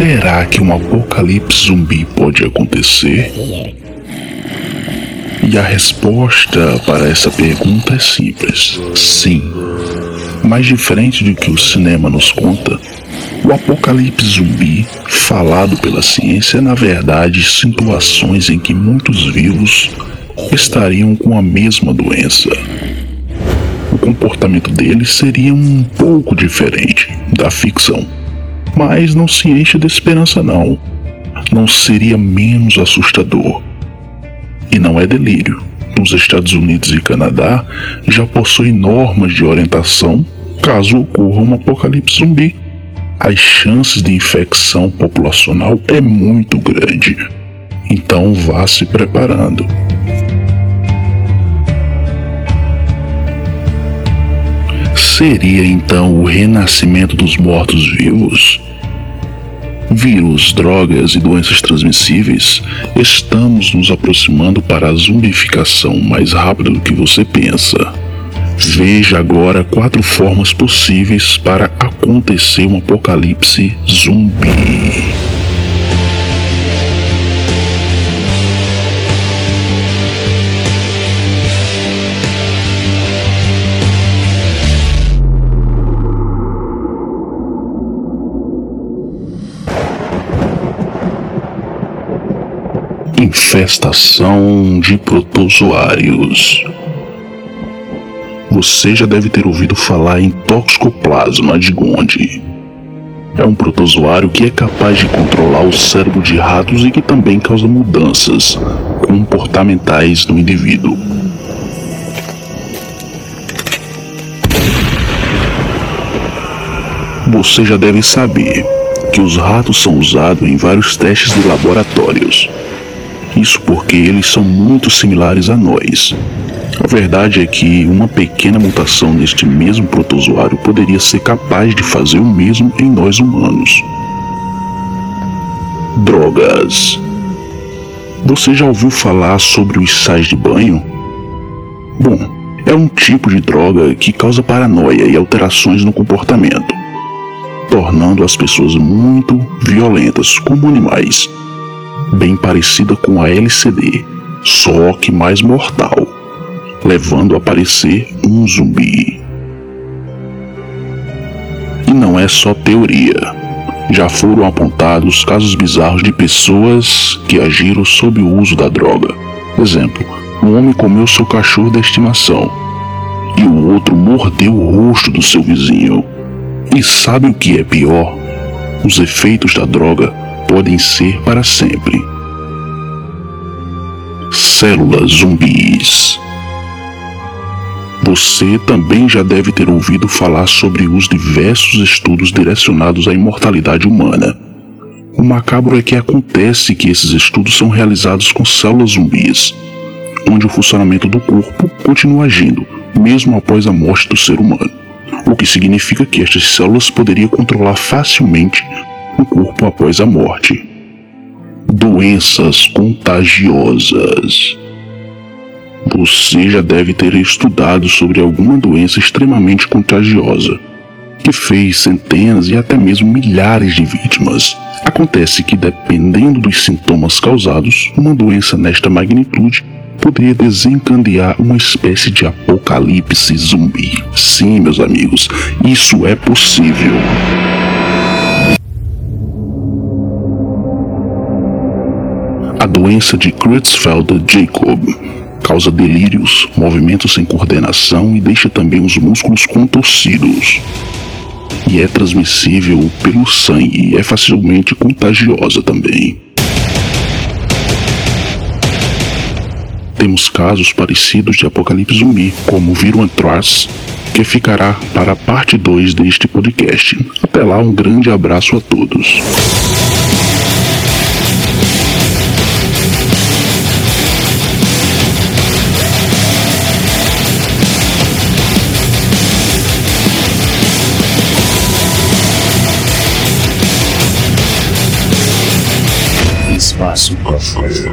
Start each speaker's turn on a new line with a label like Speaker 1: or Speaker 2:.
Speaker 1: será que um apocalipse zumbi pode acontecer? E a resposta para essa pergunta é simples: sim. Mas diferente do que o cinema nos conta, o apocalipse zumbi, falado pela ciência, é na verdade situações em que muitos vivos estariam com a mesma doença. O comportamento deles seria um pouco diferente da ficção, mas não se enche de esperança não. Não seria menos assustador. E não é delírio. Os Estados Unidos e Canadá já possuem normas de orientação caso ocorra um apocalipse zumbi. As chances de infecção populacional é muito grande. Então vá se preparando. Seria então o renascimento dos mortos-vivos? Vírus, drogas e doenças transmissíveis, estamos nos aproximando para a zumbificação mais rápida do que você pensa. Veja agora 4 formas possíveis para acontecer um apocalipse zumbi. Infestação de protozoários. Você já deve ter ouvido falar em Toxoplasma de Gondy. É um protozoário que é capaz de controlar o cérebro de ratos e que também causa mudanças comportamentais no indivíduo. Você já deve saber que os ratos são usados em vários testes de laboratórios. Isso porque eles são muito similares a nós. A verdade é que uma pequena mutação neste mesmo protozoário poderia ser capaz de fazer o mesmo em nós humanos. Drogas. Você já ouviu falar sobre os sais de banho? Bom, é um tipo de droga que causa paranoia e alterações no comportamento, tornando as pessoas muito violentas como animais. Bem parecida com a LSD, só que mais mortal, levando a parecer um zumbi. E não é só teoria. Já foram apontados casos bizarros de pessoas que agiram sob o uso da droga. Exemplo, um homem comeu seu cachorro de estimação e o outro mordeu o rosto do seu vizinho. E sabe o que é pior? Os efeitos da droga podem ser para sempre. Células zumbis. Você também já deve ter ouvido falar sobre os diversos estudos direcionados à imortalidade humana. O macabro é que acontece que esses estudos são realizados com células zumbis, onde o funcionamento do corpo continua agindo, mesmo após a morte do ser humano. O que significa que estas células poderiam controlar facilmente o corpo após a morte. Doenças contagiosas. Você já deve ter estudado sobre alguma doença extremamente contagiosa, que fez centenas e até mesmo milhares de vítimas. Acontece que, dependendo dos sintomas causados, uma doença nesta magnitude poderia desencadear uma espécie de apocalipse zumbi. Sim, meus amigos, isso é possível. A doença de Creutzfeldt-Jakob causa delírios, movimentos sem coordenação e deixa também os músculos contorcidos. E é transmissível pelo sangue e é facilmente contagiosa também. Temos casos parecidos de apocalipse zumbi, como o vírus Anthrax, que ficará para a parte 2 deste podcast. Até lá, um grande abraço a todos.
Speaker 2: Espaço Café.